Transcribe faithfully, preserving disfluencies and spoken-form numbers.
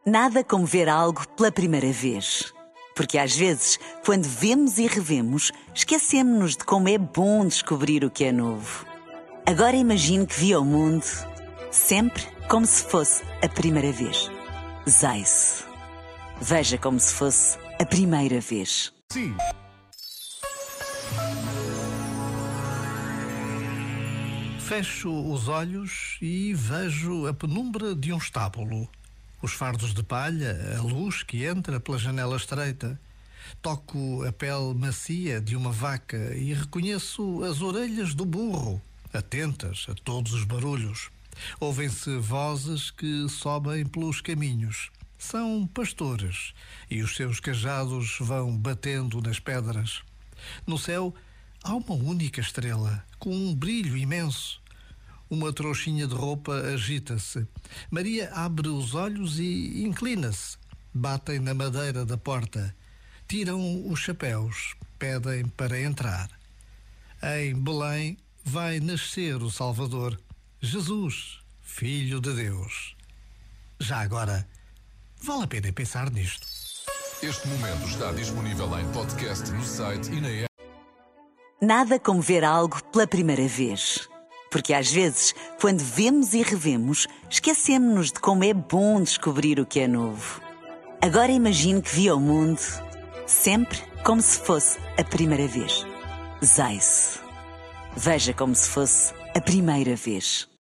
Nada como ver algo pela primeira vez. Porque às vezes, quando vemos e revemos, esquecemos-nos de como é bom descobrir o que é novo. Agora imagine que viu o mundo sempre como se fosse a primeira vez. Zais. Veja como se fosse a primeira vez. Sim. Fecho os olhos e vejo a penumbra de um estábulo. Os fardos de palha, a luz que entra pela janela estreita. Toco a pele macia de uma vaca e reconheço as orelhas do burro, atentas a todos os barulhos. Ouvem-se vozes que sobem pelos caminhos. São pastores e os seus cajados vão batendo nas pedras. No céu há uma única estrela, com um brilho imenso. Uma trouxinha de roupa agita-se. Maria abre os olhos e inclina-se. Batem na madeira da porta. Tiram os chapéus. Pedem para entrar. Em Belém vai nascer o Salvador, Jesus, Filho de Deus. Já agora, vale a pena pensar nisto. Este momento está disponível em podcast no site e na app. Nada como ver algo pela primeira vez. Porque às vezes, quando vemos e revemos, esquecemos-nos de como é bom descobrir o que é novo. Agora imagine que viu o mundo sempre como se fosse a primeira vez. Zais. Veja como se fosse a primeira vez.